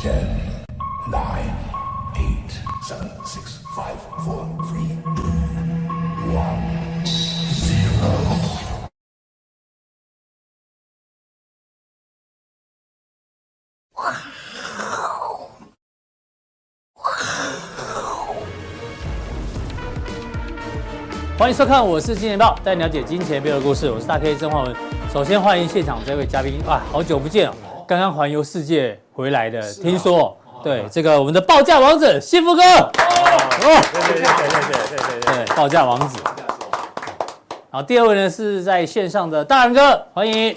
9, 8, 7, 6, 5, 4, 3, 2, 1, 0. 欢迎收看，我是金钱豹，带你了解金钱背后的故事。我是大 K 曾焕文。首先欢迎现场这位嘉宾啊，好久不见哦，刚刚环游世界回来的，听说对这个我们的报价王子幸福哥，对，报价王子。好，第二位呢是在线上的大仁哥，欢迎。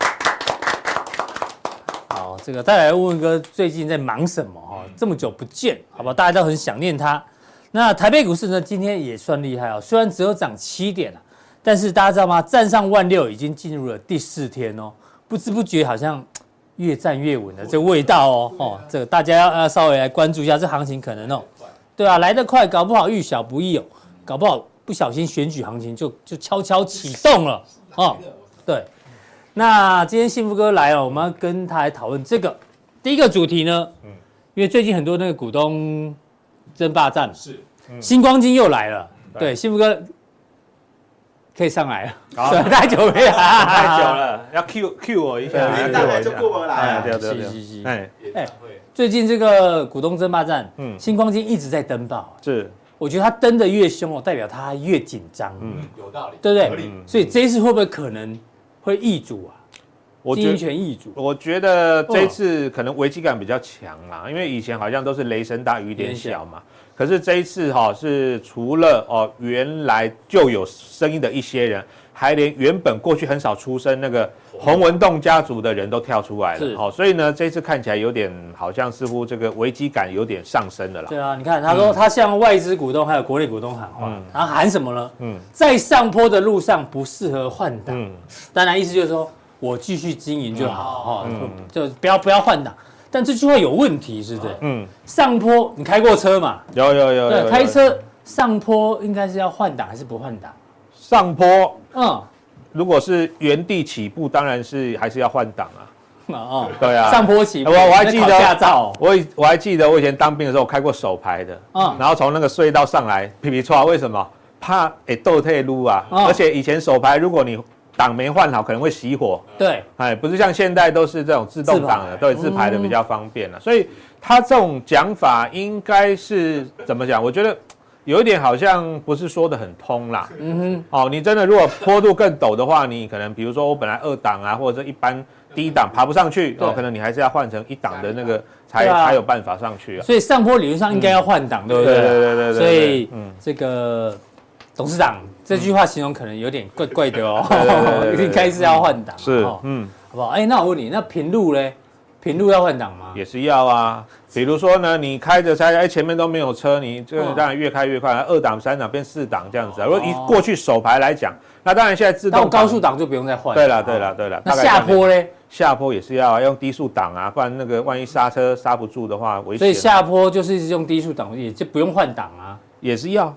好，这个再来问问哥最近在忙什么哈？这么久不见，好不好？大家都很想念他。那台北股市呢，今天也算厉害哦，虽然只有涨7点啊，但是大家知道吗？站上16000已经进入了第4天哦，不知不觉好像越站越稳的这个味道哦，这个大家要稍微来关注一下，这行情可能哦，对啊，来得快，搞不好遇小不易哦，搞不好不小心选举行情就悄悄启动了哦，对。那今天幸福哥来了，我们要跟他来讨论这个第一个主题呢，因为最近很多那个股东争霸战是。星光金又来了，对，幸福哥可以上来了，对，太久没来， 太久了，要 Q 我一下， 大概就过来， 哎， 最近这个股东争霸战，星光金一直在登报， 是， 我觉得他登的越凶哦，代表他越紧张， 有道理， 对不对？所以这一次会不会可能会易主啊？经营权易主， 我觉得这一次可能危机感比较强啦，因为以前好像都是雷声大雨点小嘛。可是这一次是除了原来就有声音的一些人，还连原本过去很少出声那个洪文栋家族的人都跳出来了，所以呢这一次看起来有点好像似乎这个危机感有点上升了啦。 对啊，你看他说他向外资股东还有国内股东喊话，然后喊什么呢？在上坡的路上不适合换挡，当然意思就是说我继续经营就好，就不要换挡。但这句话有问题，是不是？上坡你开过车嘛？ 有。 对，开车上坡应该是要换挡还是不换挡？ 上坡，如果是原地起步，当然是还是要换挡啊。对啊， 上坡起步， 我还记得驾照， 我还记得我以前当兵的时候开过手排的，然后从那个隧道上来，皮皮唰，为什么？怕倒退路啊，而且以前手排如果你档没换好，可能会熄火。 对， 不是像现在都是这种自动挡的，对，自排的比较方便了。所以他这种讲法应该是怎么讲？我觉得有一点好像不是说得很通啦。你真的如果坡度更陡的话，你可能比如说我本来2档啊，或者是一般低档爬不上去，可能你还是要换成1档的那个才有办法上去啊。 所以上坡理论上应该要换挡，对不对？对。所以这个董事长这句话形容可能有点怪怪的哦，应该是要换挡， 是， 好不好？那我问你，那平路呢？平路要换挡吗？ 也是要啊。比如说呢，你开着车，前面都没有车，你这个当然越开越快，2档、3档变4档这样子啊。如果以过去手排来讲，那当然现在自动到高速档就不用再换。 对了。 那下坡呢？ 下坡也是要用低速挡啊，不然那个万一刹车刹不住的话，危险。 所以下坡就是用低速挡，也就不用换挡啊。 也是要，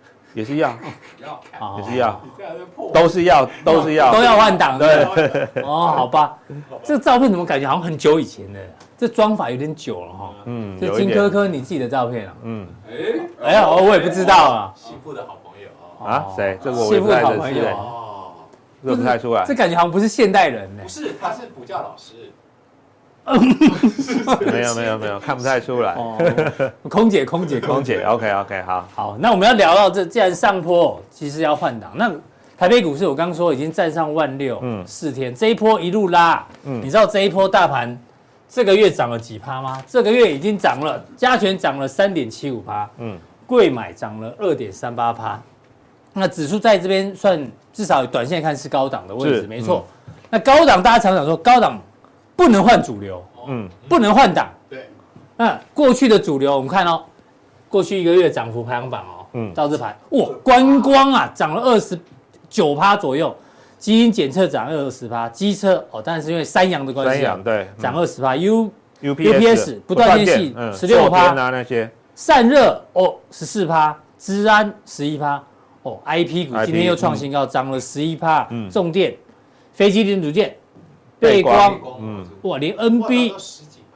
都是要换挡的。好吧，这个照片怎么感觉好像很久以前的？这妆法有点久了哈。这金科科你自己的照片啊。我也不知道啊。 媳妇的好朋友啊？谁？这个我也不太认识。这不太出来。 这感觉好像不是现代人呢。 不是，他是补教老师。 没有，看不太出来。 空姐 ，OK， 好，那我们要聊到既然上坡，其实要换挡。那台北股市我刚说已经站上16000，4天，这一波一路拉，你知道这一波大盘这个月涨了几趴吗？这个月已经涨了，加权涨了3.75%，贵买涨了2.38%。那指数在这边算至少短线看是高档的位置，没错。那高档大家常常说高档不能换主流，不能换挡。对，那过去的主流我们看过去1个月涨幅排行榜到这排，观光啊涨了29%左右，基因检测涨20%，机车当然是因为三阳的关系，对，涨20%，UPS 不断电器16% 那些， 散热14%，资安11%， IP 股今天又创新高，涨了11%，重电、飞机零组件、背光，连 NB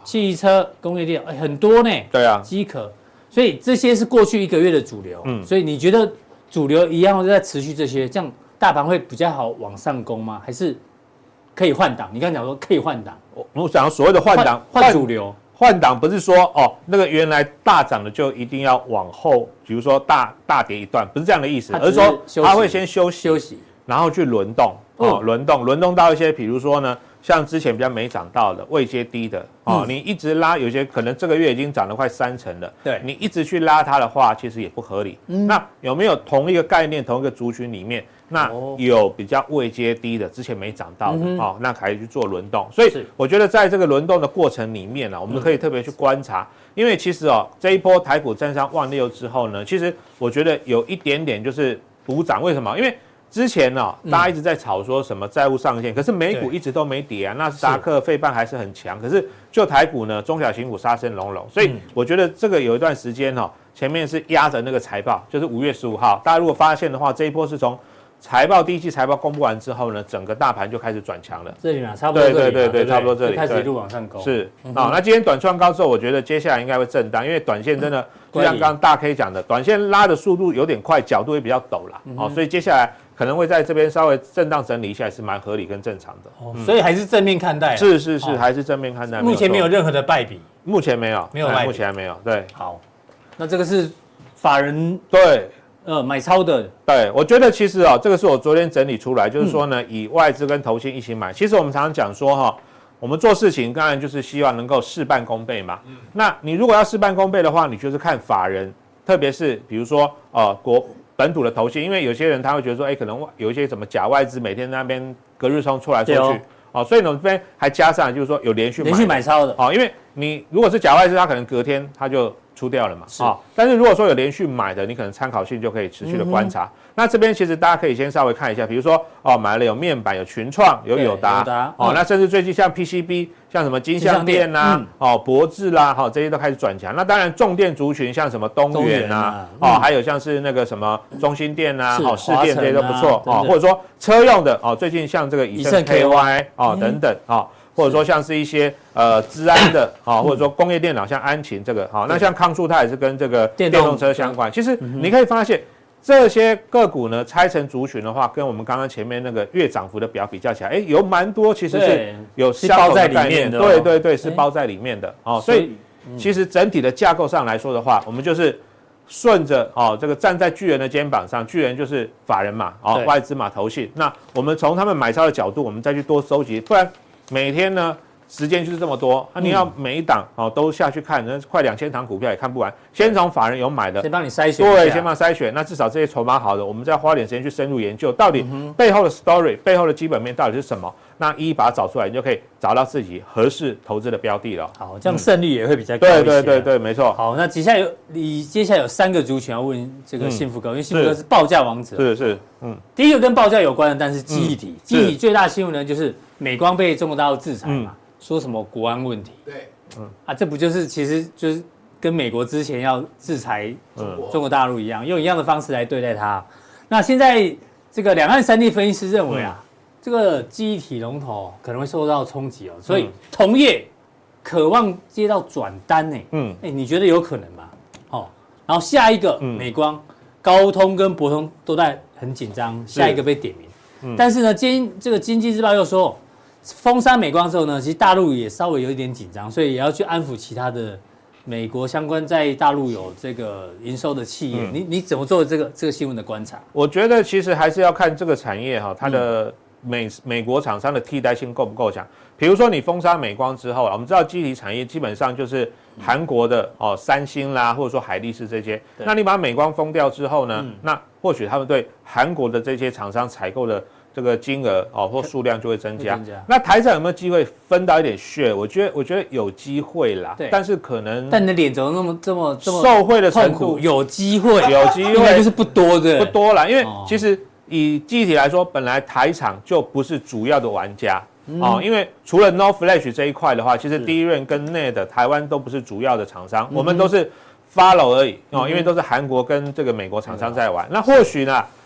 汽车、工业电很多呢。 对啊， 机壳，所以这些是过去1个月的主流。所以你觉得主流一样在持续这些，这样大盘会比较好往上攻吗？还是可以换挡？你刚才讲说可以换挡， 我想所谓的换挡换主流。 换挡不是说那个原来大涨的就一定要往后，比如说大跌一段，不是这样的意思，而是说它会先休息，然后去轮动，轮动到一些，比如说呢，像之前比较没涨到的位阶低的你一直拉，有些可能这个月已经涨了快30%了，对，你一直去拉它的话，其实也不合理。那有没有同一个概念、同一个族群里面？那有比较位阶低的，之前没涨到的那可以去做轮动。所以我觉得在这个轮动的过程里面呢，我们可以特别去观察，因为其实这一波台股站上16000之后呢，其实我觉得有一点点就是补涨。为什么？因为之前大家一直在吵说什么债务上限，可是美股一直都没跌啊，纳斯达克、费半还是很强，可是就台股呢，中小型股杀声隆隆，所以我觉得这个有一段时间前面是压着那个财报，就是5月15号，大家如果发现的话，这一波是从第一季财报公布完之后呢，整个大盘就开始转强了。 这里嘛，差不多这里， 对，差不多这里开始一路往上攻。 是那今天短创高之后，我觉得接下来应该会震荡，因为短线真的就像刚刚大 K 讲的，短线拉的速度有点快，角度也比较陡啦。所以接下来可能会在这边稍微震荡整理一下，是蛮合理跟正常的。 所以还是正面看待。 是，还是正面看待。 目前没有任何的败笔。 目前没有败笔，目前还没有。对， 好，那这个是法人对。 买超的， 对，我觉得其实这个是我昨天整理出来，就是说呢，以外资跟投信一起买。其实我们常常讲说我们做事情当然就是希望能够事半功倍嘛。那你如果要事半功倍的话，你就是看法人，特别是比如说本土的投信，因为有些人他会觉得说，可能有一些什么假外资每天在那边隔日冲出来出去。所以呢，我们这边还加上就是说有连续买超的因为你如果是假外资，他可能隔天他就出掉了嘛，但是如果说有连续买的，你可能参考性就可以持续的观察。那这边其实大家可以先稍微看一下，比如说买了有面板、有群创、有友达，那甚至最近像 PCB， 像什么金像电啦、博智啦，这些都开始转强。那当然重电族群像什么东元啊，还有像是那个什么中兴电啊、士电这些都不错或者说车用的最近像这个以盛 KY 等等或者说像是一些资安的或者说工业电脑像安勤这个那像康树它也是跟这个电动车相关。其实你可以发现这些个股呢拆成族群的话，跟我们刚刚前面那个月涨幅的表比较起来，有蛮多其实是有相同的概念的。对，是包在里面的所以其实整体的架构上来说的话，我们就是顺着这个站在巨人的肩膀上，巨人就是法人嘛外资嘛投信，那我们从他们买超的角度，我们再去多收集，不然每天呢时间就是这么多，你要每一档都下去看，那快2000档股票也看不完。先从法人有买的， 先帮你筛选， 对，先帮筛选。那至少这些筹码好的，我们再花点时间去深入研究，到底背后的 story、背后的基本面到底是什么？那一一把它找出来，你就可以找到自己合适投资的标的了。 好，这样胜率也会比较高一些。 对，没错。 好，那接下来有3个族群要问这个幸福哥，因为幸福哥是报价王者。 是， 第一个跟报价有关的，但是记忆体，记忆体最大的新闻呢，就是美光被中国大陆制裁嘛，说什么国安问题。 对， 这不就是其实就是跟美国之前要制裁中国大陆一样，用一样的方式来对待它。那现在这个两岸3地分析师认为这个记忆体龙头可能会受到冲击所以同业渴望接到转单你觉得有可能吗？然后下一个美光、高通跟博通都在很紧张，下一个被点名。但是呢，这个经济日报又说，封杀美光之后呢，其实大陆也稍微有一点紧张，所以也要去安抚其他的美国相关在大陆有这个营收的企业。你怎么做这个新闻的观察？ 我觉得其实还是要看这个产业它的美国厂商的替代性够不够强。比如说你封杀美光之后，我们知道记忆体产业基本上就是韩国的三星啦，或者说海力士这些。那你把美光封掉之后呢，那或许他们对韩国的这些厂商采购的这个金额或数量就会增加。那台厂有没有机会分到一点血？我觉得有机会啦，但是可能但你的脸怎么这么受惠的程度有机会， 应该就是不多的， 不多啦，因为其实以记忆体来说，本来台厂就不是主要的玩家因为除了 NOR Flash 这一块的话，其实DRAM跟 NAND 台湾都不是主要的厂商，我们都是 follow 而已因为都是韩国跟这个美国厂商在玩。那或许呢，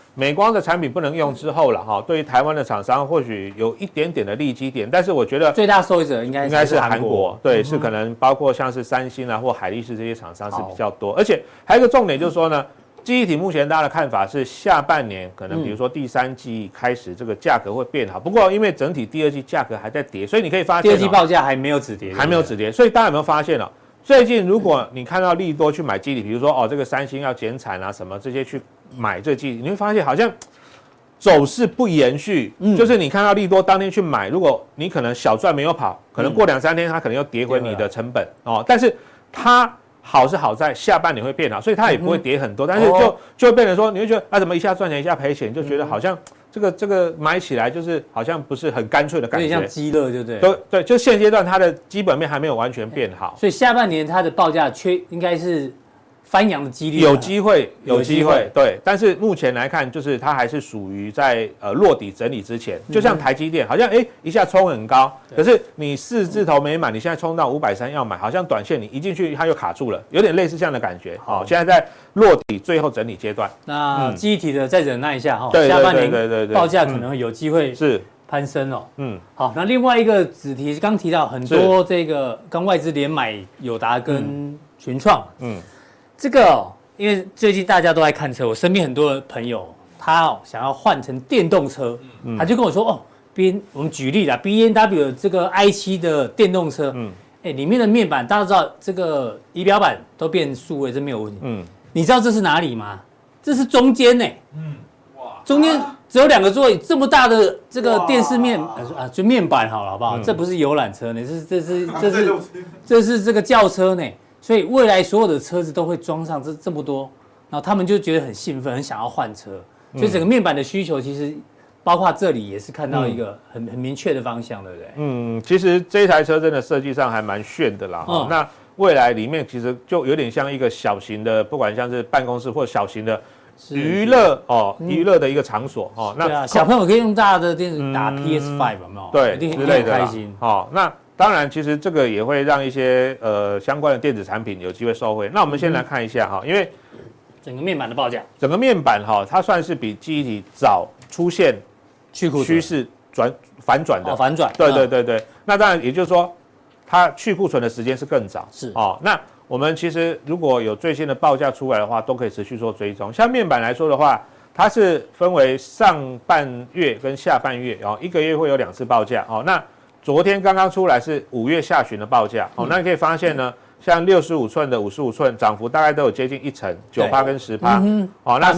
美光的产品不能用之后了哈，对于台湾的厂商或许有一点点的利基点，但是我觉得最大受益者应该是韩国，对，是可能包括像是三星啊或海力士这些厂商是比较多，而且还有一个重点就是说呢。记忆体目前大家的看法是下半年可能比如说第三季开始这个价格会变好，不过因为整体第二季价格还在跌，所以你可以发现第二季报价还没有止跌， 还没有止跌，所以大家有没有发现哦？最近如果你看到利多去买记忆体，比如说这个三星要减产啊什么这些去买这记忆体，你会发现好像走势不延续，就是你看到利多当天去买，如果你可能小赚没有跑，可能过2-3天它可能又跌回你的成本哦，但是它好是好在下半年会变好，所以它也不会跌很多，但是就会变成说，你会觉得怎么一下赚钱一下赔钱，就觉得好像这个买起来就是好像不是很干脆的感觉， 有点像鸡肋，对不对？ 对，就现阶段它的基本面还没有完全变好， 所以下半年它的报价应该是翻扬的几率有机会，对，但是目前来看，就是它还是属于在落底整理之前，就像台积电，好像一下冲很高，可是你4字头没买，你现在冲到530要买，好像短线你一进去它又卡住了，有点类似这样的感觉。好，现在在落底最后整理阶段。 那记忆体的再忍耐一下哈， 对， 下半年报价可能有机会是攀升哦。好，那另外一个子题刚提到很多这个刚外资连买友达跟群创，这个因为最近大家都在看车，我身边很多的朋友他想要换成电动车，他就跟我说我们举例啦 ，B&W 这个 i7 的电动车，里面的面板大家知道这个仪表板都变数位，这没有问题。你知道这是哪里吗？这是中间呢。中间只有2个座椅，这么大的这个电视面就面板好了，好不好？这不是游览车呢，这是这个轿车呢。所以未来所有的车子都会装上这么多，然后他们就觉得很兴奋，很想要换车。所以整个面板的需求其实包括这里也是看到一个很明确的方向，对不对？ 其实这一台车真的设计上还蛮炫的啦。那未来里面其实就有点像一个小型的，不管像是办公室或小型的娱乐的一个场所哦。 那小朋友可以用大的电视打 PS5 有没有？ 对， 一定之类的开心。 那当然，其实这个也会让一些相关的电子产品有机会受惠。那我们先来看一下哈，因为整个面板的报价， 整个面板它算是比记忆体早出现趋势反转的。 反转。 对。那当然也就是说，它去库存的时间是更早。 是那我们其实如果有最新的报价出来的话，都可以持续做追踪。像面板来说的话，它是分为上半月跟下半月1个月会有2次报价那昨天刚刚出来是5月下旬的报价那你可以发现呢，像65寸的、55寸涨幅大概都有接近1%、9%跟10%。那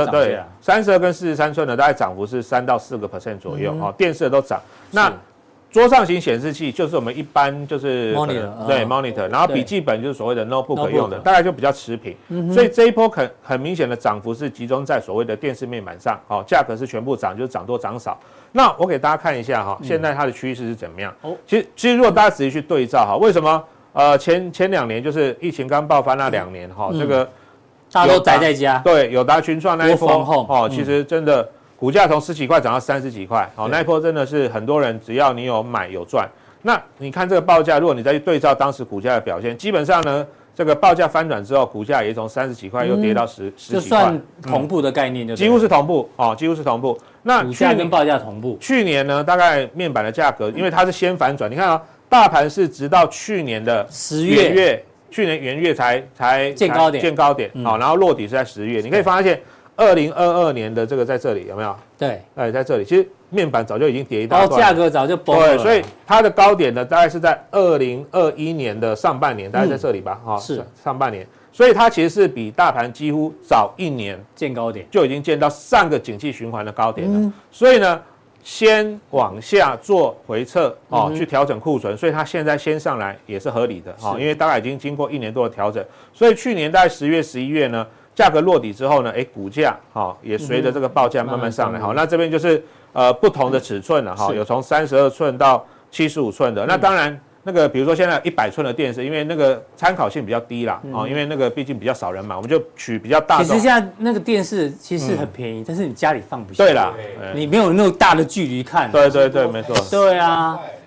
32跟43寸的大概涨幅是3到4% 左右电视都涨。那桌上型显示器就是我们一般就是 monitor， 然后笔记本就是所谓的 notebook 用的，大概就比较持平。所以这一波很明显的涨幅是集中在所谓的电视面板上价格是全部涨，就是涨多涨少。那我给大家看一下现在它的趋势是怎么样。其实如果大家仔细去对照为什么前2年就是疫情刚爆发那2年这个大家都宅在家， 对，友达群创那一波其实真的股价从10几块涨到30几块那一波真的是很多人只要你有买有赚。那你看这个报价，如果你再去对照当时股价的表现，基本上呢这个报价翻转之后，股价也从30几块又跌到10几块， 就算同步的概念就几乎是同步几乎是同步。那股价跟报价同步。 去年呢，大概面板的价格，因为它是先反转，你看大盘是直到去年的 10月， 去年元月才见高点然后落底是在10月。你可以发现2022年的这个在这里有没有？ 对， 在这里，其实面板早就已经跌一大段了， 价格早就崩了。 对，所以它的高点呢，大概是在2021年的上半年，大概在这里吧， 是上半年。所以它其实是比大盘几乎早1年见高点， 就已经见到上个景气循环的高点了。所以呢，先往下做回撤去调整库存，所以它现在先上来也是合理的因为大概已经经过1年多的调整。所以去年大概10月、11月呢，价格落底之后呢，股价也随着这个报价慢慢上来那这边就是不同的尺寸了有从32寸到75寸的。那当然。那个比如说现在100寸的电视，因为那个参考性比较低啦因为那个毕竟比较少人买，我们就取比较大众。 其实现在那个电视其实很便宜，但是你家里放不下。 对啦， 你没有那么大的距离看。 对，没错。 对啊，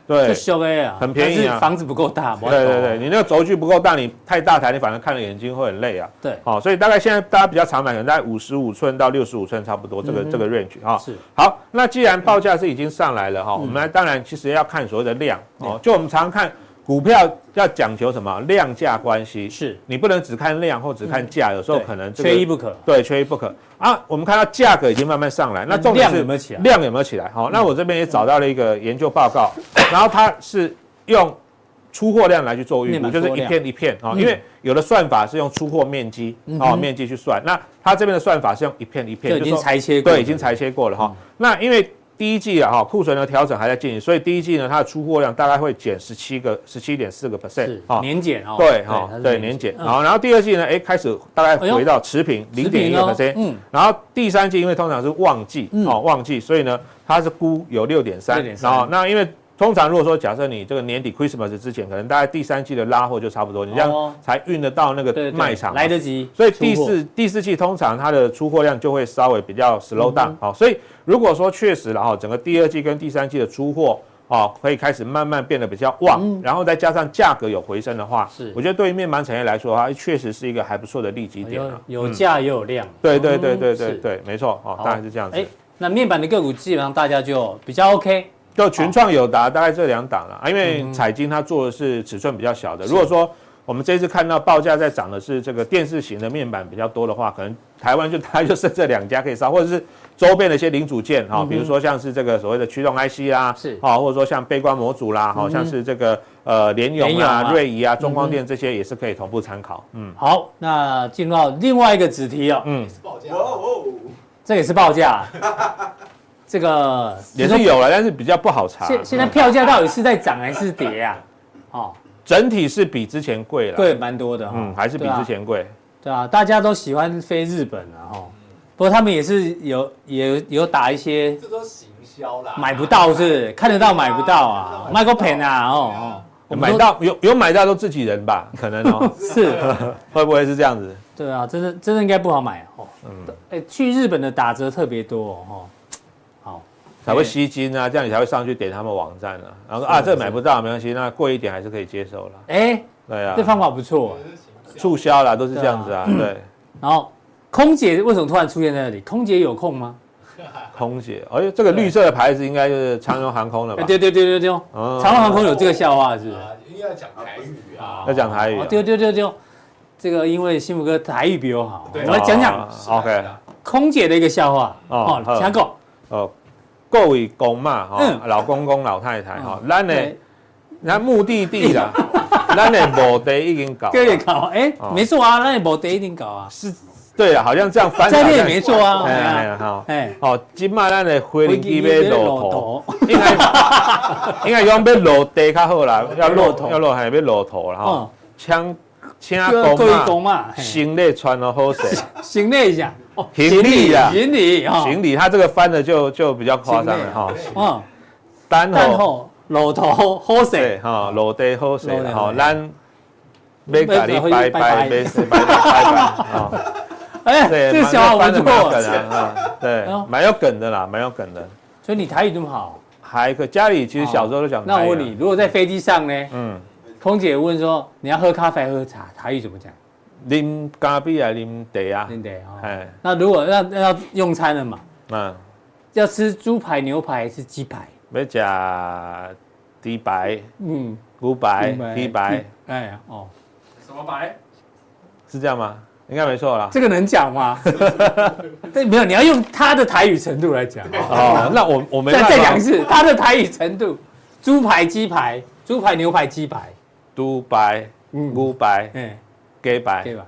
对， 修啊， 很便宜啊， 但是房子不够大， 对，你那个轴距不够大，你太大台，你反而看了眼睛会很累啊。 对， 好，所以大概现在大家比较常买，可能在55寸到65寸差不多这个 range 啊。 是， 好，那既然报价是已经上来了哈，我们当然其实要看所谓的量哦，就我们常看股票要讲求什么量价关系， 是你不能只看量或只看价，有时候可能缺一不可。 对，缺一不可啊。我们看到价格已经慢慢上来，那重点是量有没有起来？好，那我这边也找到了一个研究报告，然后它是用出货量来去做预估，就是一片一片啊，因为有的算法是用出货面积面积去算，那它这边的算法是用一片一片， 已经裁切过， 对，已经裁切过了哈。那因为第一季啊，库存的调整还在进行，所以第一季呢，它的出货量大概会减17.4%， 年减哦， 对哈，对年减。然后第二季呢，开始大概回到持平0.1%，然后第三季因为通常是旺季旺季，所以呢它是估有6.3%，然后那因为通常如果说假设你这个年底 Christmas 之前，可能大概第三季的拉货就差不多，你这样才运得到那个卖场来得及。 所以第四季通常它的出货量就会稍微比较 slow down，好，所以如果说确实然后整个第二季跟第三季的出货可以开始慢慢变得比较旺，然后再加上价格有回升的话，我觉得对于面板产业来说的话，确实是一个还不错的利基点啊， 有价也有量。 对，没错，大概是这样子。 那面板的个股基本上大家就比较 OK。 就群创友达大概这2档了，因为彩晶它做的是尺寸比较小的。如果说我们这一次看到报价在涨的是这个电视型的面板比较多的话，可能台湾就大概就剩这2家可以烧，或者是周边的一些零组件比如说像是这个所谓的驱动 IC 啦，是或者说像背光模组啦，像是这个联咏啊、瑞仪啊、中光电这些也是可以同步参考。 好，那进入到另外一个子题哦， 也是报价， 这也是报价。这个也是有了，但是比较不好查。 现在票价到底是在涨还是跌啊？ 整体是比之前贵了， 贵蛮多的， 还是比之前贵。 对啊，大家都喜欢飞日本啊，不过他们也是有打一些， 这都行销啦， 买不到是看得到买不到啊，卖个便啊买到有买到都自己人吧，可能是会不会是这样子？ 对啊，真的应该不好买去日本的打折特别多才会吸金啊，这样你才会上去点他们网站啊，然后说这个买不到没关系，那贵一点还是可以接受了。对啊， 这方法不错， 促销啦都是这样子啊，对。 然后空姐为什么突然出现在那里？空姐有空吗？ 空姐，这个绿色的牌子应该就是长荣航空了吧？ 对，长荣航空有这个笑话是？ 因为要讲台语啊， 要讲台语。 对，这个因为幸福哥台语比我好，我来讲讲 OK 空姐的一个笑话讲过各位公嘛，老公公老太太咱目的地啦，咱的目的已经搞， 没错啊，咱的目的一定搞啊， 是，对啊，好像这样翻， 这也没错啊， 今麦咱的飞机要落头，应该讲要落地较好啦，要落头还要落头啦请公嘛，行李穿得好势， 行李一下。 行李，他这个翻的就比较夸张了单后落头好势落地好势咱要甲你拜拜这小话不错， 对，蛮有梗的啦，蛮有梗的。 所以你台语这么好， 还可家里其实小时候都讲。 那我问你，如果在飞机上呢？空姐问说你要喝咖啡喝茶，台语怎么讲？ 啉咖啡啊，啉茶啊， 啉茶那如果要用餐了嘛，要吃猪排、牛排还是鸡排？ 要吃猪排，牛排、鸡排。 什么白？ 是这样吗？应该没错啦。 这个能讲吗？对，没有，你要用他的台语程度来讲。 那我没办法。 再讲一次，他的台语程度：猪排、鸡排、猪排、牛排、鸡排、 猪排、牛排。给白， 这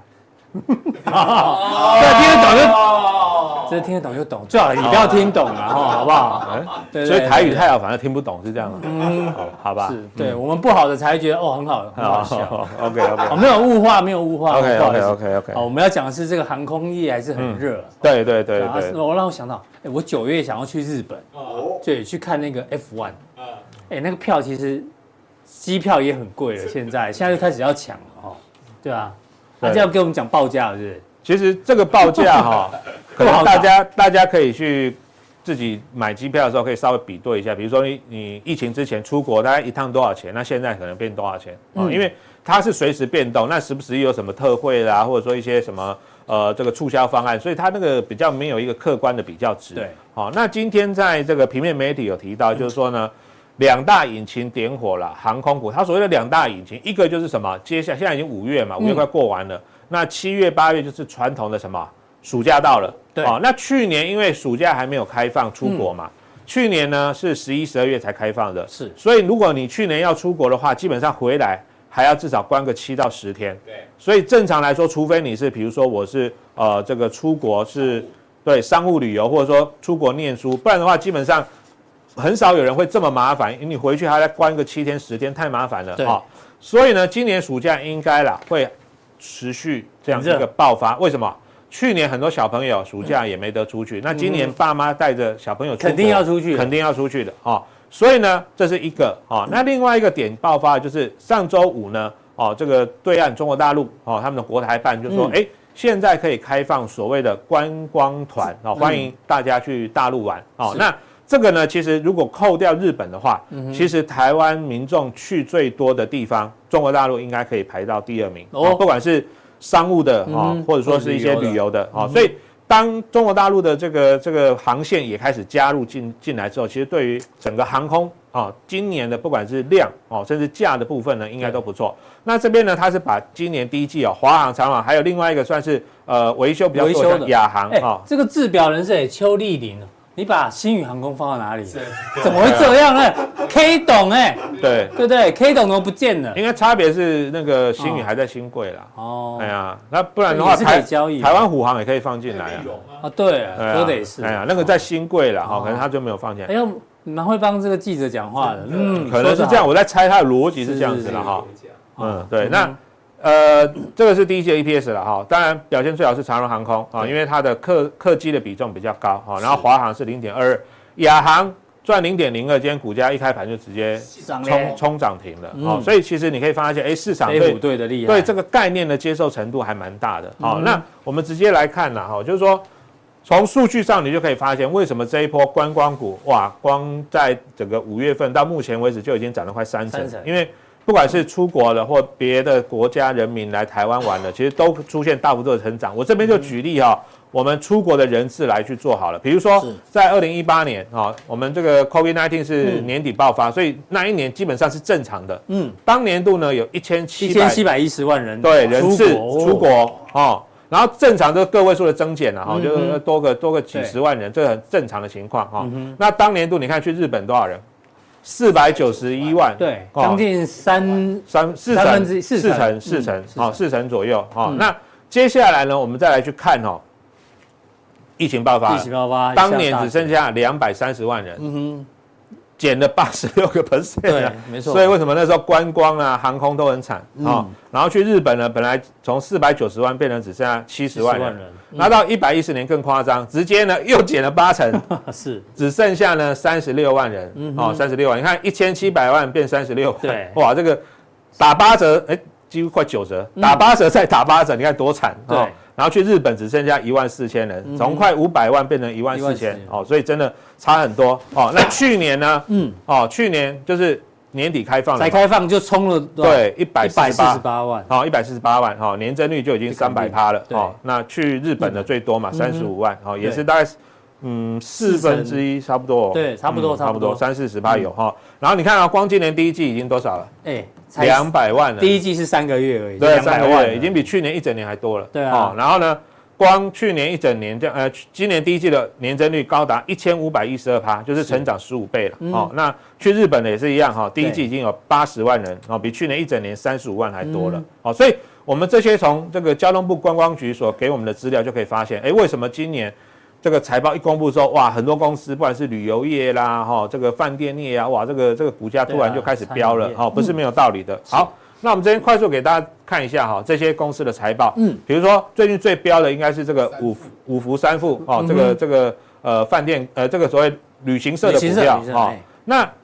听得懂就，这听得懂就懂，最好你不要听懂了好不好？ 所以台语太好，反正听不懂是这样的。好吧。 是，对我们不好的才会觉得很好笑。 OK， 没有物化，没有物化。 OK。 我们要讲的是这个航空业还是很热。 对。 让我想到，我9月想要去日本，就也去看那个 F1。那个票其实机票也很贵了，现在就开始要抢了对啊。他就要给我们讲报价，是不是？ 其实这个报价可能大家可以去自己买机票的时候可以稍微比对一下，比如说你疫情之前出国大概一趟多少钱，那现在可能变多少钱啊？因为它是随时变动，那时不时有什么特惠啦，或者说一些什么这个促销方案，所以它那个比较没有一个客观的比较值。 对， 好，那今天在这个平面媒体有提到，就是说呢。2大引擎点火了，航空股。它所谓的2大引擎，一个就是什么？现在已经5月嘛，5月快过完了。那7月、8月就是传统的什么？暑假到了。 对。 那去年因为暑假还没有开放出国嘛，去年呢是11、12月才开放的。 是。 所以如果你去年要出国的话，基本上回来还要至少关个7到10天。 对。 所以正常来说，除非你是比如说我是这个出国是对商务旅游，或者说出国念书，不然的话基本上。很少有人会这么麻烦，你回去还要关个7天10天，太麻烦了啊！所以呢，今年暑假应该啦会持续这样一个爆发。为什么？去年很多小朋友暑假也没得出去，那今年爸妈带着小朋友出国肯定要出去， 肯定要出去的啊！所以呢，这是一个啊。那另外一个点爆发就是上周五呢，这个对岸中国大陆他们的国台办就说，现在可以开放所谓的观光团欢迎大家去大陆玩那。这个呢，其实如果扣掉日本的话，其实台湾民众去最多的地方，中国大陆应该可以排到第2名不管是商务的或者说是一些旅游的所以当中国大陆的这个航线也开始加入进来之后，其实对于整个航空今年的不管是量甚至价的部分呢，应该都不错。那这边呢，它是把今年第一季华航、长航，还有另外一个算是维修比较多的亚航这个制表人是邱丽玲。你把星宇航空放到哪里？怎么会这样呢 ？K 董对不对 ？K 董怎么不见了？ 应该差别是那个星宇还在新贵啦。哎呀，那不然的话，台湾虎航也可以放进来对，都得是。 哎呀，那个在新贵啦可能他就没有放进来。 哎呦，蛮会帮这个记者讲话的。 可能是这样，我在猜他的逻辑是这样子了对，那。这个是第一季的 EPS 了当然表现最好是长荣航空因为它的客机的比重比较高然后华航是0.22，亚航赚0.02，今天股价一开盘就直接冲涨停了所以其实你可以发现市场对这个概念的接受程度还蛮大的那我们直接来看就是说从数据上你就可以发现为什么这一波观光股光在整个5月份到目前为止就已经涨了快3成，因为不管是出国的或别的国家人民来台湾玩的，其实都出现大幅度的成长。我这边就举例我们出国的人次来去做好了。比如说在2018年我们这个 COVID-19 是年底爆发，所以那一年基本上是正常的。当年度呢有 1710万人对人次出国然后正常的个位数的增减就是多个几十万人，这很正常的情况那当年度你看去日本多少人？491万， 对，将近4 成左右那接下来呢，我们再来去看疫情爆发，当年只剩下230万人，减了86%， 对，没错。 所以为什么那时候观光航空都很惨然后去日本呢，本来从490万变成只剩下70万人。拿到110年更夸张，直接呢又减了8成， 是只剩下呢36万人36万，你看1700万变36万， 对， 哇，这个打8折，几乎快9折，打8折再打8折，你看多惨然后去日本只剩下14000人，从快500万变成14000所以真的差很多那去年呢去年就是年底开放了， 才开放就冲了对148 万 148万年增率就已经300%了那去日本的最多嘛35万也是大概1/4差不多对差不多 30-40%有然后你看光今年第一季已经多少了200万了， 第一季是3个月而已， 对3个月已经比去年一整年还多了对然后呢光去年一整年今年第一季的年增率高达1512%，就是成长15倍了那去日本的也是一样第一季已经有80万人比去年一整年35万还多了所以我们这些从这个交通部观光局所给我们的资料就可以发现为什么今年这个财报一公布之后很多公司不管是旅游业啦这个饭店业这个股价突然就开始飙了不是没有道理的好，那我们这边快速给大家看一下这些公司的财报比如说最近最飙的应该是这个五福三富这个饭店这个所谓旅行社的股票那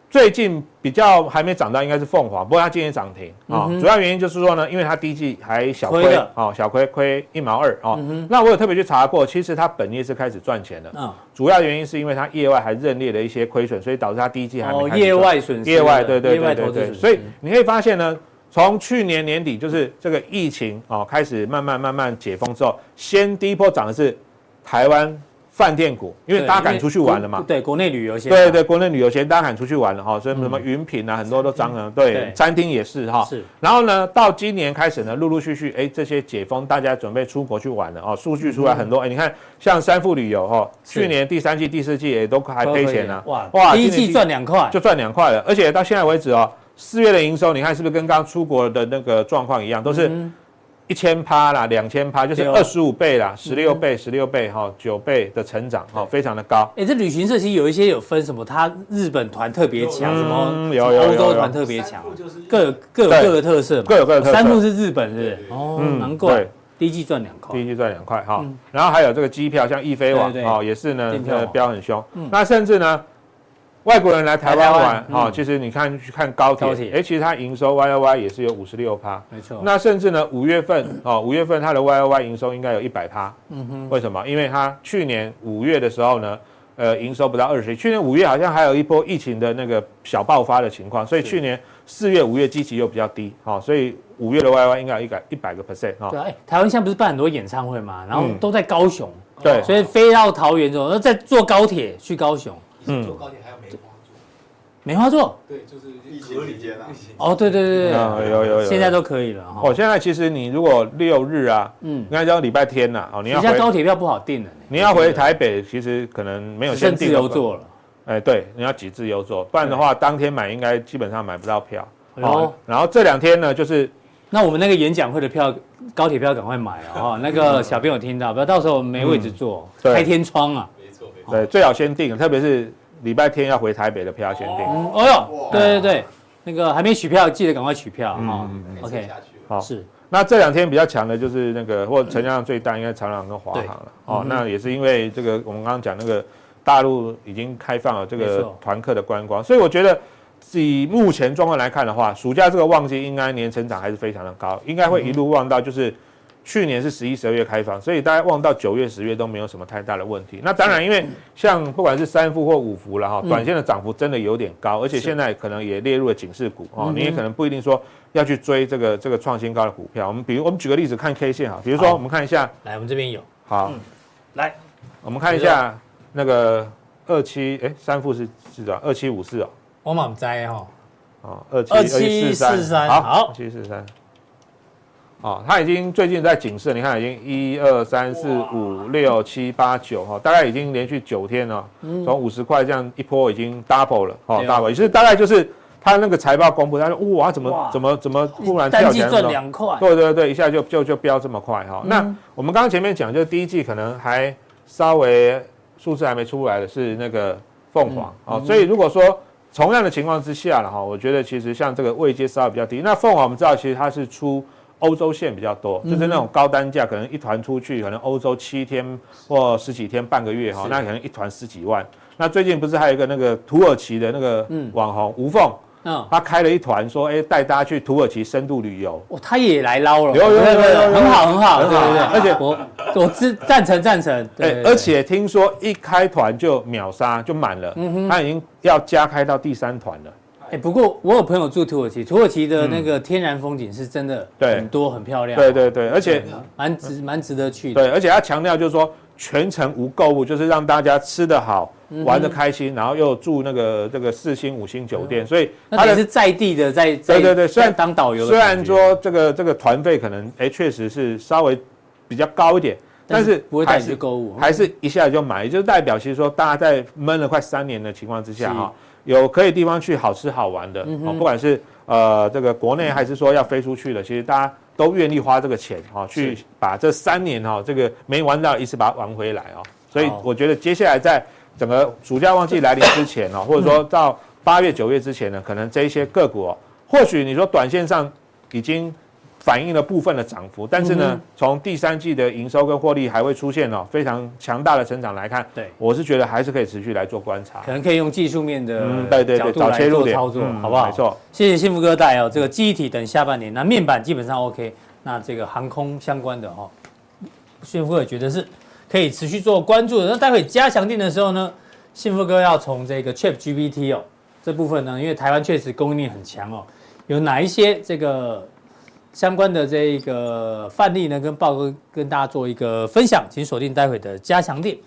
最近比较还没涨到应该是凤凰，不过它今天涨停啊。主要原因就是说呢，因为它第一季还小亏哦，小亏1毛2哦。那我有特别去查过，其实它本业是开始赚钱的。主要原因是因为它业外还认列了一些亏损，所以导致它第一季还没开始业外损失， 业外对，所以你可以发现呢。从去年年底，就是这个疫情开始慢慢解封之后，先第一波涨的是台湾饭店股，因为大家敢出去玩了嘛。 对，国内旅游先。 对，国内旅游先大家敢出去玩了哈，所以什么云品啊，很多都涨了。对，餐厅也是哈。是。然后呢，到今年开始呢，陆陆续续，这些解封，大家准备出国去玩了哦。数据出来很多，你看像三富旅游去年第3季、第4季也都还赔钱呢。 哇，第一季赚2块， 就赚2块了，而且到现在为止4月的营收，你看是不是跟刚出国的那个状况一样，都是1000%啦、2000%，就是25倍啦、16倍、9倍的成长，非常的高。 这旅行社其实有一些有分什么，它日本团特别强，什么欧洲团特别强，各有各的特色嘛。 各有各的特色。 三富是日本，是不是？哦，难怪第一季赚2块。 第一季赚2块哈，然后还有这个机票，像易飞网也是呢，飙很凶。那甚至呢。外国人来台湾玩其实你看去看高铁，其实它营收 YOY 也是有56%， 没错。 那甚至呢5月份它的 YOY 营收应该有100%，为什么？因为它去年5月的时候呢，营收不到20，去年5月好像还有一波疫情的那个小爆发的情况，所以去年4月、5月基期又比较低，所以5月的 YOY 应该有100% 对，台湾现在不是办很多演唱会嘛，然后都在高雄， 对， 所以飞到桃园之后，再坐高铁去高雄， 坐高铁还有梅花座， 对，就是疫情期间啊。对， 有， 现在都可以了现在其实你如果6日啊，应该叫礼拜天呐，你要回。现在高铁票不好订了。 你要回台北，其实可能没有先订。 自由座了。 对，你要挤自由座，不然的话当天买应该基本上买不到票。然后这2天呢，就是那我们那个演讲会的票，高铁票赶快买那个小朋友听到，不要到时候没位置坐，开天窗啊。 没错。对，最好先订，特别是。礼拜天要回台北的票先订。 对，那个还没取票，记得赶快取票OK， 好，是。那这2天比较强的就是那个，或成交量最大应该长荣跟华航了。那也是因为这个我们刚刚讲那个大陆已经开放了这个团客的观光，所以我觉得以目前状况来看的话，暑假这个旺季应该年成长还是非常的高，应该会一路旺到就是。去年是11、12月开放，所以大概望到9月、10月都没有什么太大的问题。那当然，因为像不管是3富或5福了短线的涨幅真的有点高，而且现在可能也列入了警示股你也可能不一定说要去追这个创新高的股票。我们举个例子看 K 线比如说我们看一下， 来我们这边有好， 来我们看一下那个3富是多少？2754 我满栽 2743好2743。它已经最近在警示，你看已经1、2、3、4、5、6、7、8、9大概已经连续9天了，从50块这样一波已经 double 了double， 也是大概就是他那个财报公布，他说哇怎么忽然跳起来， 单季赚2块， 对，一下就飙这么快那我们刚刚前面讲，就是第一季可能还稍微数字还没出来的是那个凤凰所以如果说同样的情况之下了我觉得其实像这个位阶稍微比较低，那凤凰我们知道其实它是出。欧洲线比较多，就是那种高单价，可能一团出去，可能欧洲7天或10几天、半个月那可能一团10几万。那最近不是还有一个那个土耳其的那个网红吴凤，他开了一团说，带大家去土耳其深度旅游。 他也来捞了， 有， 很好，对， 而且我赞成， 而且听说一开团就秒杀，就满了，他已经要加开到第3团了。 不过我有朋友住土耳其的那个天然风景是真的很多，很漂亮。 对，而且蛮值得去的。 对，而且他强调就是说全程无购物，就是让大家吃得好、玩得开心，然后又住这个4星、5星酒店，所以他也是在地的对，虽然当导游， 虽然说这个团费可能确实是稍微比较高一点。但是不会带你去购物， 还是一下子就买，也就是代表其实说大家在闷了快3年的情况之下有可以地方去好吃好玩的不管是这个国内还是说要飞出去的，其实大家都愿意花这个钱去把这3年这个没玩到一次把它玩回来所以我觉得接下来在整个暑假旺季来临之前或者说到8月9月之前呢，可能这一些个股或许你说短线上已经反映了部分的涨幅，但是呢，从第三季的营收跟获利还会出现非常强大的成长来看， 对， 我是觉得还是可以持续来做观察， 可能可以用技术面的角度找切入点操作，好不好？ 没错， 谢谢幸福哥带这个记忆体等下半年，那面板基本上 OK， 那这个航空相关的幸福哥也觉得是可以持续做关注的。那待会加强定的时候呢，幸福哥要从这个 ChatGPT 这部分呢，因为台湾确实供应链很强有哪一些这个相关的这个范例呢，跟报告跟大家做一个分享，请锁定待会的加强定。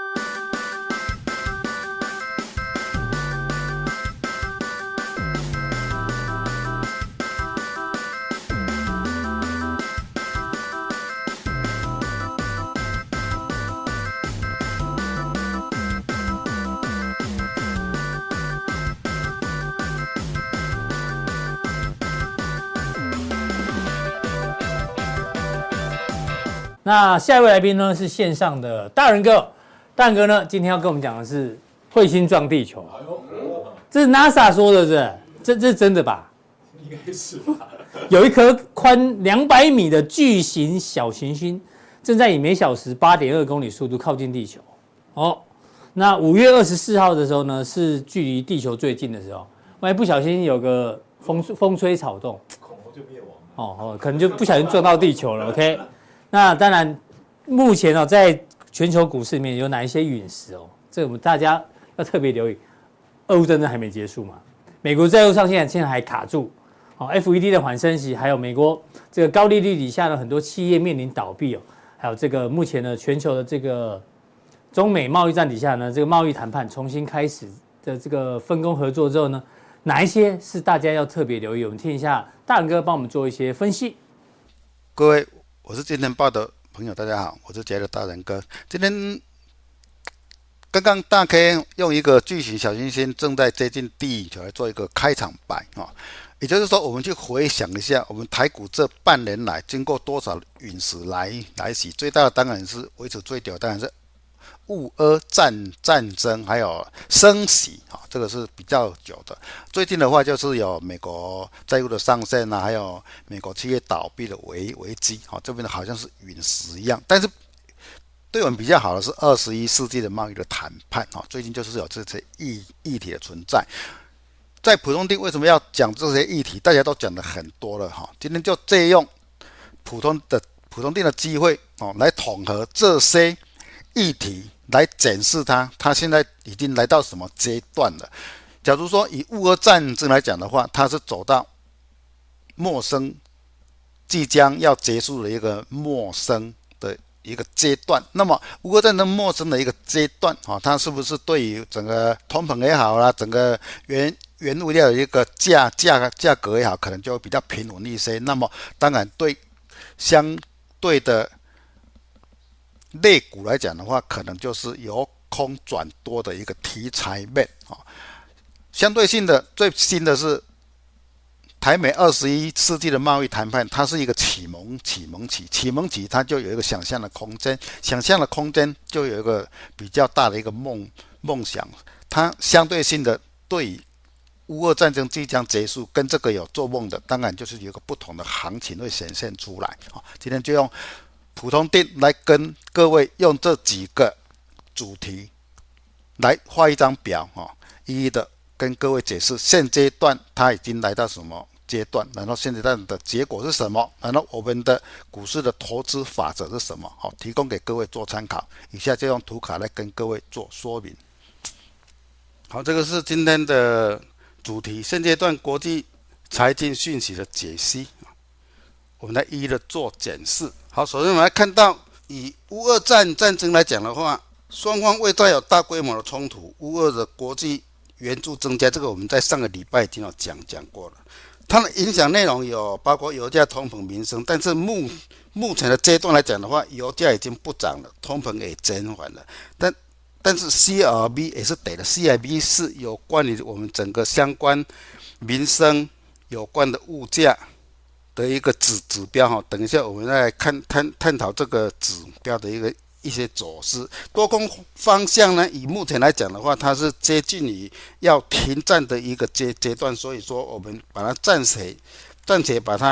那下一位来宾呢是线上的大人哥，大人哥呢今天要跟我们讲的是彗星撞地球，这是 NASA 说的，这是真的吧？ 应该是吧。 有一颗宽200米的巨型小行星，正在以每小时8.2公里速度靠近地球。那5月24号的时候呢，是距离地球最近的时候，万一不小心有个风吹草动， 恐龙就灭亡。 可能就不小心撞到地球了。OK。那当然，目前在全球股市里面有哪一些陨石这我们大家要特别留意。俄乌战争还没结束嘛，美国债务上限现在还卡住，FED 的缓升息，还有美国这个高利率底下呢，很多企业面临倒闭还有这个目前呢全球的这个中美贸易战底下呢，这个贸易谈判重新开始的这个分工合作之后呢，哪一些是大家要特别留意？我们听一下大人哥帮我们做一些分析。 各位。我是今天报的朋友，大家好，我是杰的大人哥。今天刚刚大 K 用一个巨型小行星正在接近地球来做一个开场白也就是说，我们去回想一下，我们台股这半年来经过多少陨石来袭，最大的当然是维持最久，当然是乌俄战争还有升息这个是比较久的。最近的话就是有美国债务的上限还有美国企业倒闭的危机这边好像是陨石一样。但是对我们比较好的是21世纪的贸易的谈判最近就是有这些议题的存在。在普通定为什么要讲这些议题？大家都讲的很多了今天就借用普通定的机会来统合这些议题来检视它现在已经来到什么阶段了。假如说以乌俄战争来讲的话，它是走到陌生即将要结束的一个陌生的一个阶段。那么乌俄战争陌生的一个阶段它是不是对于整个通膨也好啦，整个原物料的一个价格也好，可能就会比较平稳一些。那么当然对相对的类股来讲的话，可能就是由空转多的一个题材面相对性的最新的是台美21世纪的贸易谈判，它是一个启蒙期，它就有一个想象的空间，想象的空间就有一个比较大的一个梦想。它相对性的对于乌俄战争即将结束跟这个有做梦的，当然就是有一个不同的行情会显现出来今天就用普通定来跟各位用这几个主题来画一张表一一的跟各位解释现阶段它已经来到什么阶段，然后现阶段的结果是什么，然后我们的股市的投资法则是什么提供给各位做参考。以下就用图卡来跟各位做说明。好，这个是今天的主题，现阶段国际财经讯息的解析，我们来一一的做检视。好，首先我们来看到以乌俄战争来讲的话，双方未再有大规模的冲突，乌俄的国际援助增加，这个我们在上个礼拜已经有讲过了。它的影响内容有包括油价、通膨、民生，但是目前的阶段来讲的话，油价已经不涨了，通膨也减缓了，但是 CRB 也是得了 ，CRB 是有关于我们整个相关民生有关的物价的一个指标等一下我们再来探讨这个指标的一些走势。多空方向呢，以目前来讲的话，它是接近于要停战的一个阶段，所以说我们把它暂且把它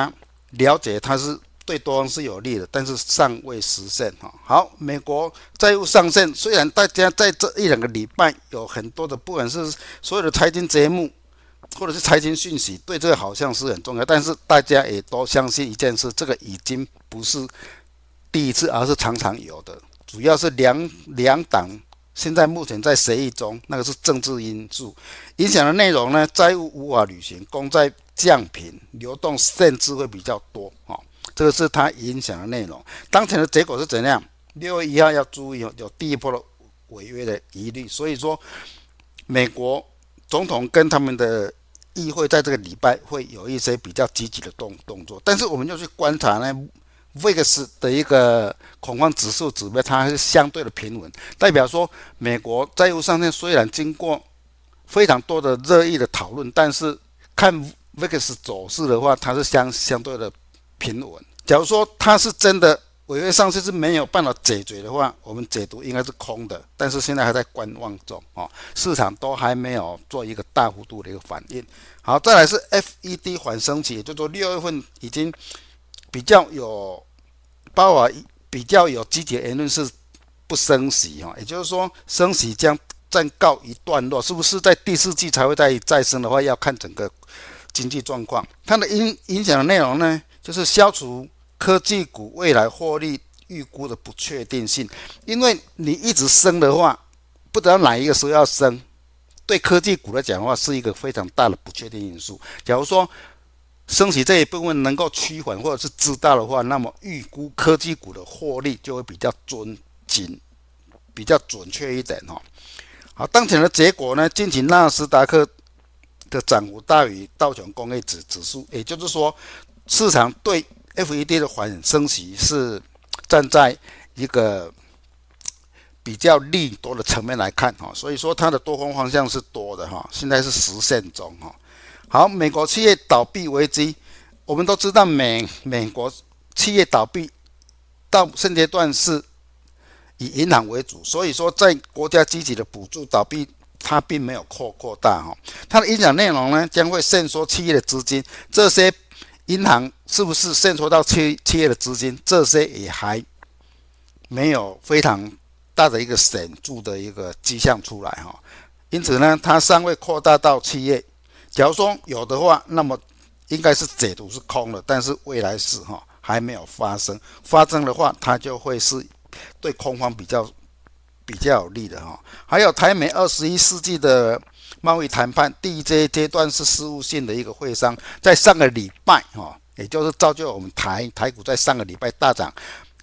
了解它是对多方是有利的，但是尚未实现。好，美国债务上限，虽然大家在这一两个礼拜有很多的，不管是所有的财经节目或者是财经讯息，对这个好像是很重要，但是大家也都相信一件事，这个已经不是第一次，而是常常有的，主要是两党现在目前在协议中，那个是政治因素影响的内容呢，债务无法履行，公债降频，流动限制会比较多。这个是它影响的内容。当前的结果是怎样？6月1号要注意有第一波的违约的疑虑，所以说美国总统跟他们的议会在这个礼拜会有一些比较积极的动作，但是我们就去观察呢，VIX 的一个恐慌指数指标，它是相对的平稳，代表说美国债务上限虽然经过非常多的热议的讨论，但是看 VIX 走势的话，它是相对的平稳。假如说它是真的违约上限是没有办法解决的话，我们解读应该是空的，但是现在还在观望中，市场都还没有做一个大幅度的一个反应。好，再来是 FED 缓升期，也就是说6月份已经比较有比较有积极的言论是不升息，也就是说升息将暂告一段落，是不是在第四季才会再升的话，要看整个经济状况。它的影响的内容呢，就是消除科技股未来获利预估的不确定性，因为你一直升的话，不知道哪一个时候要升，对科技股来讲的话是一个非常大的不确定因素。假如说升息这一部分能够趋缓或者是知道的话，那么预估科技股的获利就会比较比较准确一点。好，当前的结果呢，近期纳斯达克的涨幅大于道琼工业指数，也就是说市场对 FED 的缓升息是站在一个比较利多的层面来看，所以说它的多空方向是多的，现在是实现中。好，美国企业倒闭危机，我们都知道美国企业倒闭到现阶段是以银行为主，所以说在国家积极的补助倒闭，它并没有扩大。它的影响内容呢，将会限缩企业的资金，这些银行是不是限缩到企业的资金，这些也还没有非常大的一个显著的一个迹象出来。因此呢，它尚未扩大到企业。假如说有的话，那么应该是解读是空的，但是未来是还没有发生，发生的话，它就会是对空方比较有利的。还有台美21世纪的贸易谈判第一阶段是事务性的一个会商，在上个礼拜，也就是造就我们台股在上个礼拜大涨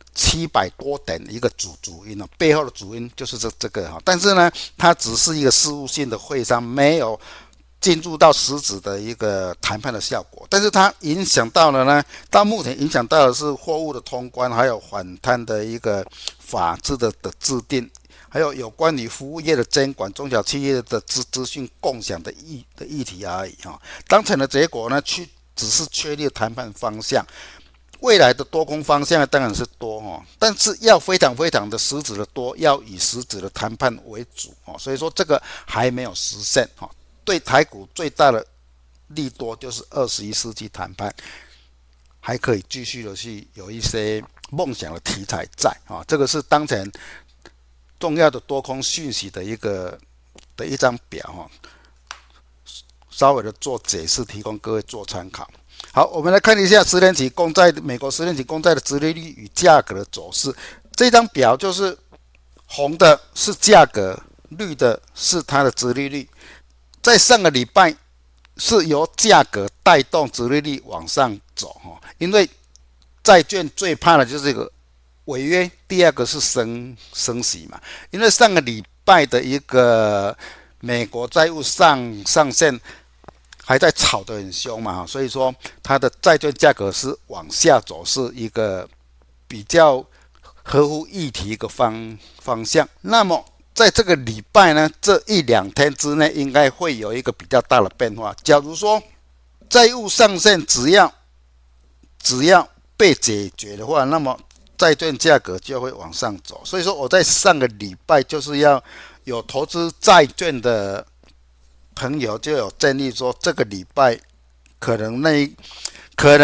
700多点的一个主因，背后的主因就是这个。但是呢，它只是一个事务性的会商，没有进入到实质的一个谈判的效果，但是它影响到了呢，到目前影响到的是货物的通关，还有反贪的一个法制的制定，还有关于服务业的监管、中小企业的资讯共享的议题而已。当前的结果呢，只是确立谈判方向，未来的多空方向当然是多，但是要非常非常的实质的多，要以实质的谈判为主，所以说这个还没有实现。对台股最大的利多就是21世纪谈判还可以继续的去有一些梦想的题材在，这个是当前重要的多空讯息的一张表，稍微的做解释，提供各位做参考。好，我们来看一下10年期公债，美国10年期公债的殖利率与价格的走势。这张表就是红的是价格，绿的是它的殖利率。在上个礼拜是由价格带动殖利率往上走，因为债券最怕的就是这个违约，第二个是升息嘛。因为上个礼拜的一个美国债务上限还在吵得很凶嘛，所以说它的债券价格是往下走，是一个比较合乎议题一个方向。那么在这个礼拜呢，这1-2天之内应该会有一个比较大的变化。假如说债务上限只要被解决的话，那么债券价格就会往上走。所以说我在上个礼拜就是要有投资债券的最近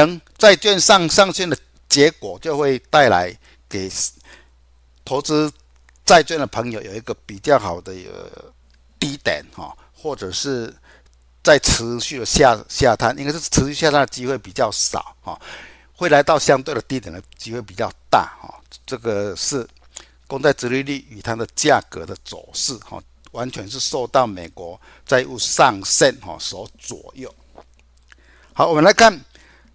债券上线的结果，就会带来给投资债券的朋友有一个比较好的低点或者是在持续的下探，应该是持续下探的机会比较少会来到相对的低点的机会比较大这个是公债殖利率与它的价格的走势完全是受到美国债务上限所左右。好，我们来看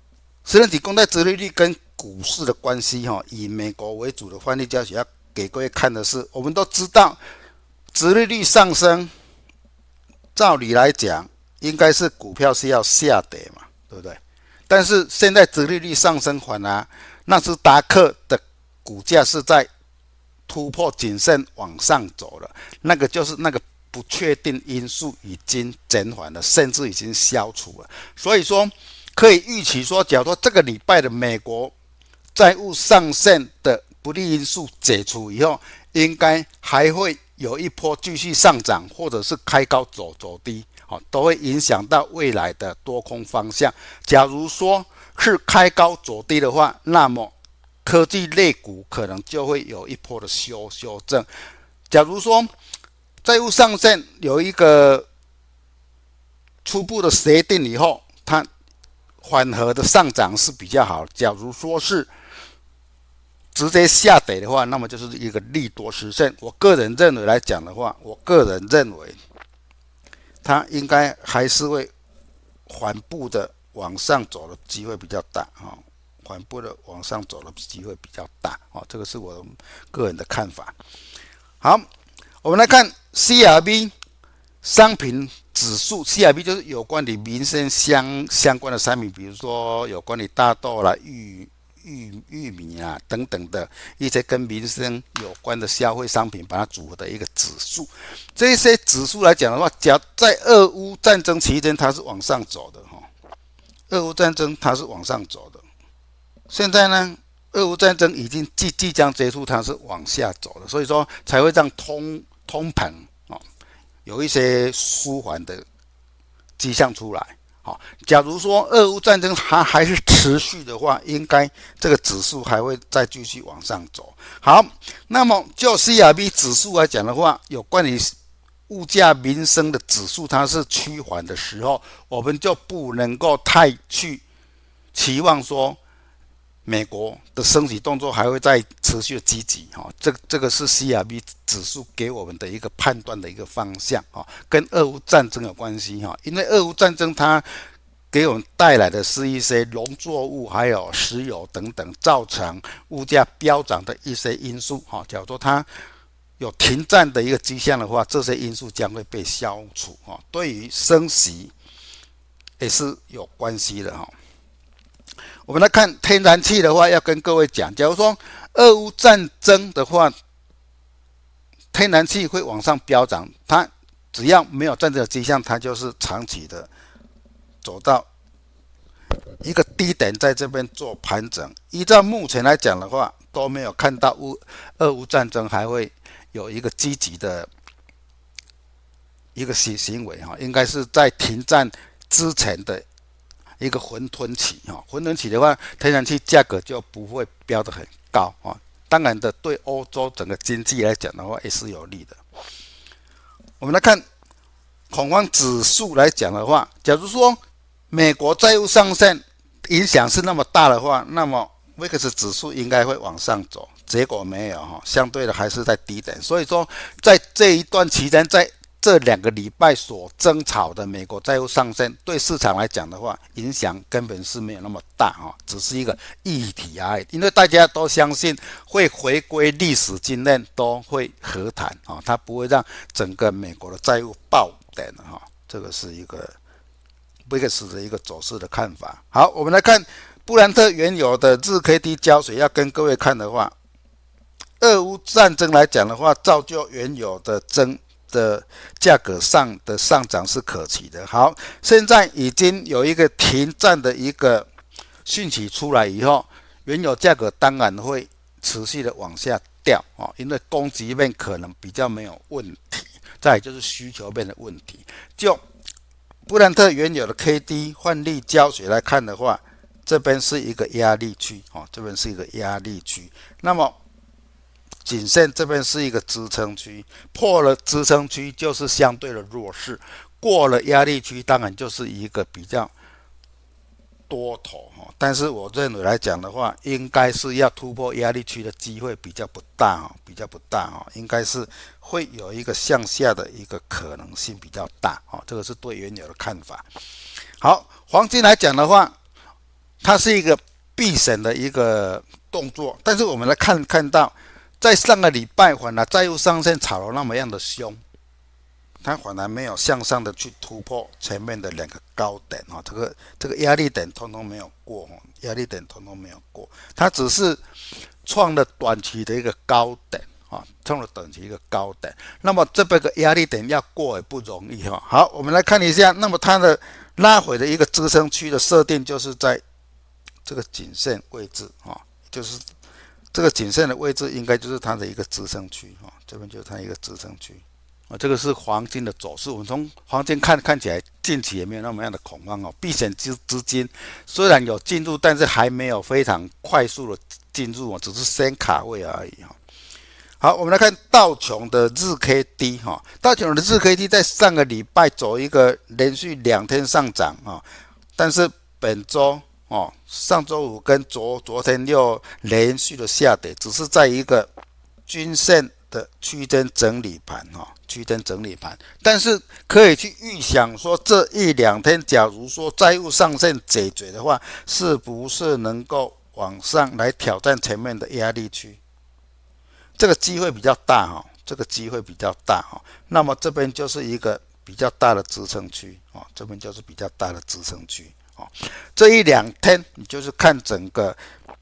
10年期公债殖利率跟股市的关系以美国为主的范例教学要给各位看的是，我们都知道殖利率上升，照理来讲应该是股票是要下跌嘛，对不对？但是现在殖利率上升反而纳斯达克的股价是在突破颈线往上走了，那个就是那个不确定因素已经减缓了，甚至已经消除了。所以说可以预期说，假如说这个礼拜的美国债务上限的不利因素解除以后，应该还会有一波继续上涨，或者是开高走低都会影响到未来的多空方向。假如说是开高走低的话，那么科技类股可能就会有一波的修正。假如说债务上限有一个初步的协定以后，它缓和的上涨是比较好。假如说是直接下跌的话，那么就是一个利多实现。我个人认为来讲的话，我个人认为它应该还是会缓步的往上走的机会比较大缓步的往上走的机会比较大这个是我个人的看法。好，我们来看 CRB 商品指数。 CRB 就是有关于民生相关的商品，比如说有关于大豆啦、玉米啊等等的一些跟民生有关的消费商品，把它组合的一个指数。这些指数来讲的话，假在俄乌战争期间它是往上走的俄乌战争它是往上走的。现在呢，俄乌战争已经即将结束，它是往下走的，所以说才会让通膨有一些舒缓的迹象出来。假如说俄乌战争它还是持续的话，应该这个指数还会再继续往上走。好，那么就 CRB 指数来讲的话，有关于物价民生的指数它是趋缓的时候，我们就不能够太去期望说美国的升息动作还会再持续的积极这个是 CRB 指数给我们的一个判断的一个方向跟俄乌战争有关系因为俄乌战争它给我们带来的是一些农作物还有石油等等造成物价飙涨的一些因素假如说它有停战的一个迹象的话，这些因素将会被消除对于升息也是有关系的我们来看天然气的话，要跟各位讲，假如说俄乌战争的话，天然气会往上飙涨，它只要没有战争的迹象，它就是长期的走到一个低点，在这边做盘整。依照目前来讲的话，都没有看到俄乌战争还会有一个积极的一个行为应该是在停战之前的一个混沌期混沌期的话，天然气价格就不会飙得很高当然的，对欧洲整个经济来讲的话也是有利的。我们来看恐慌指数来讲的话，假如说美国债务上限影响是那么大的话，那么 VIX 指数应该会往上走，结果没有相对的还是在低点。所以说在这一段期间，在这2个礼拜所争吵的美国债务上限，对市场来讲的话，影响根本是没有那么大只是一个议题而已。因为大家都相信会回归历史经验，都会和谈它不会让整个美国的债务爆点这个是一个 VIX 的一个走势的看法。好，我们来看布兰特原油的日 K D 胶水，要跟各位看的话，俄乌战争来讲的话，造就原油的价格上的上涨是可期的。好，现在已经有一个停战的一个讯息出来以后，原油价格当然会持续的往下掉因为供给面可能比较没有问题，再来就是需求面的问题。就布兰特原油的 KD 换利胶水来看的话， 这边是一个压力区这边是一个压力区。那么颈线这边是一个支撑区，破了支撑区就是相对的弱势，过了压力区当然就是一个比较多头但是我认为来讲的话，应该是要突破压力区的机会比较不大应该是会有一个向下的一个可能性比较大这个是对原油的看法。好，黄金来讲的话，它是一个避险的一个动作，但是我们来看到，在上个礼拜反而债务上限炒了那么样的凶，它反而没有向上的去突破前面的两个高点这个压力点通通没有过它只是创了短期的一个高点创了短期一个高点，那么这边的压力点要过也不容易好，我们来看一下，那么它的拉回的一个支撑区的设定就是在这个颈线位置就是这个颈线的位置应该就是它的一个支撑区这边就是它一个支撑区这个是黄金的走势。我们从黄金看起来近期也没有那么样的恐慌避险资金虽然有进入，但是还没有非常快速的进入只是先卡位而已好，我们来看道琼的日 K D 道琼的日 K D 在上个礼拜走一个连续2天上涨但是本周上周五跟昨天又连续的下跌，只是在一个均线的区间整理盘但是可以去预想说，这1-2天假如说债务上限解决的话，是不是能够往上来挑战前面的压力区？这个机会比较大那么这边就是一个比较大的支撑区这边就是比较大的支撑区这1-2天你就是看整个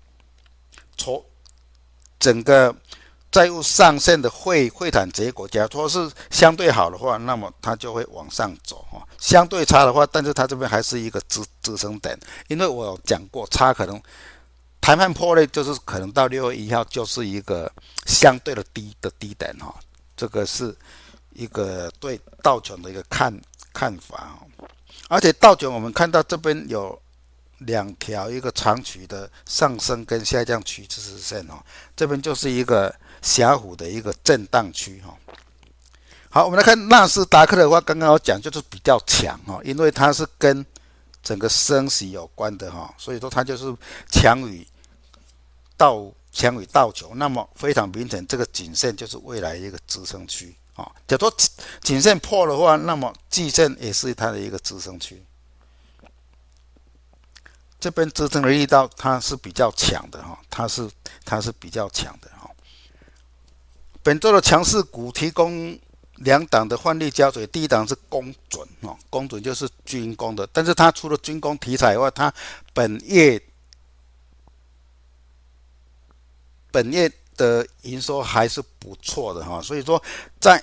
债务上限的会谈结果，假如说是相对好的话，那么它就会往上走相对差的话，但是它这边还是一个支撑点，因为我有讲过，差可能谈判破裂就是可能到6月1号就是一个相对的低点这个是一个对道琼的一个看法而且道琼我们看到这边有2条一个长期的上升跟下降趋势线这边就是一个狭幅的一个震荡区好，我们来看纳斯达克的话，刚刚有讲就是比较强因为它是跟整个升息有关的所以说它就是强于道琼，那么非常明显，这个颈线就是未来一个支撑区假如说颈线破的话，那么季线也是它的一个支撑区。这边支撑的力道它是比较强的它是比较强的本周的强势股提供2档的换利胶水，第一档是工准工准就是军工的，但是它除了军工题材以外，它本业的营收还是不错的所以说在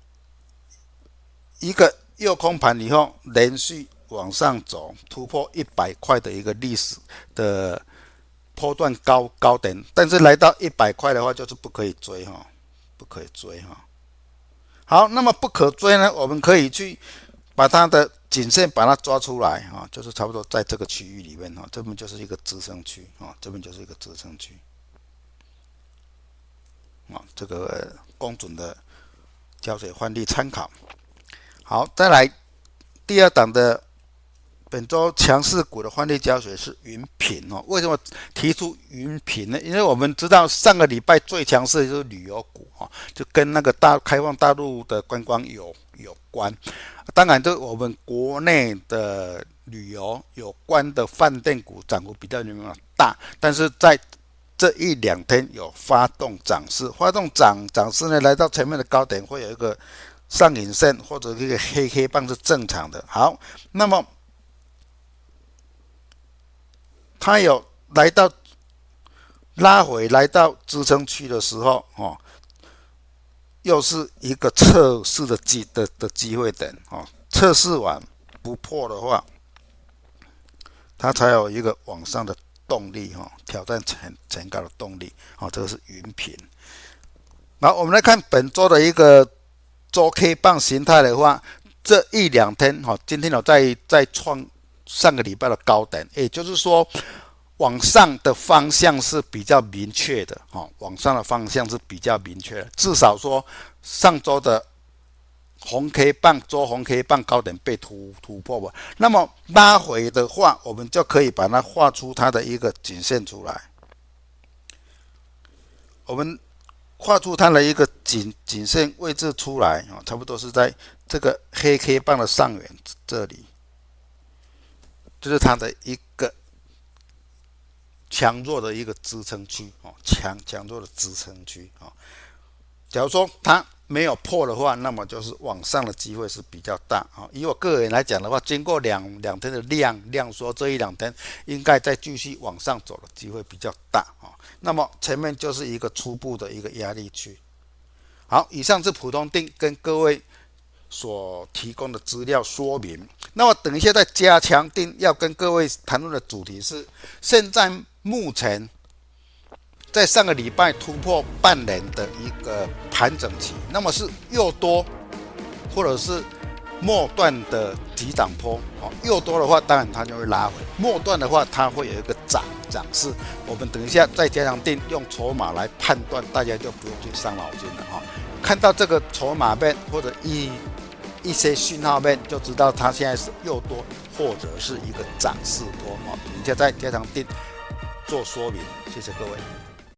一个右空盘以后连续往上走，突破100块的一个历史的波段高点，但是来到100块的话就是不可以追好，那么不可追呢，我们可以去把它的颈线把它抓出来就是差不多在这个区域里面这边就是一个支撑区这个公准的胶水换利参考。好，再来第2档的本周强势股的换利胶水是云品为什么提出云品呢？因为我们知道上个礼拜最强势的就是旅游股就跟那个开放大陆的观光有关。当然就我们国内的旅游有关的饭店股涨幅比较大，但是在这1-2天有发动涨势呢，来到前面的高点会有一个上影线或者一个黑棒是正常的。好，那么它有拉回来到支撑区的时候又是一个测试的机会点测试完不破的话，它才有一个往上的动力挑战前高的动力这个是云品。然后我们来看本周的一个周 K 棒形态的话，这1-2天今天有在创上个礼拜的高点，也就是说往上的方向是比较明确的，往上的方向是比较明确的，至少说上周的红 K 棒周红 K 棒高点被突破吧。那么拉回的话，我们就可以把它画出它的一个颈线出来。我们画出它的一个颈线位置出来，差不多是在这个黑 K 棒的上缘这里，就是它的一个强弱的一个支撑区，强弱的支撑区。假如说它没有破的话，那么就是往上的机会是比较大。以我个人来讲的话，经过两天的量缩，这一两天应该再继续往上走的机会比较大。那么前面就是一个初步的一个压力区。好，以上是普通定跟各位所提供的资料说明。那么等一下再加强定要跟各位谈论的主题是，现在目前在上个礼拜突破半年的一个盘整期，那么是又多或者是末段的急涨波。又多的话，当然它就会拉回；末段的话，它会有一个涨势。我们等一下再加强定用筹码来判断，大家就不用去伤脑筋了。看到这个筹码面或者一些讯号面，就知道它现在是又多或者是一个涨势波。等一下再加强定做说明，谢谢各位。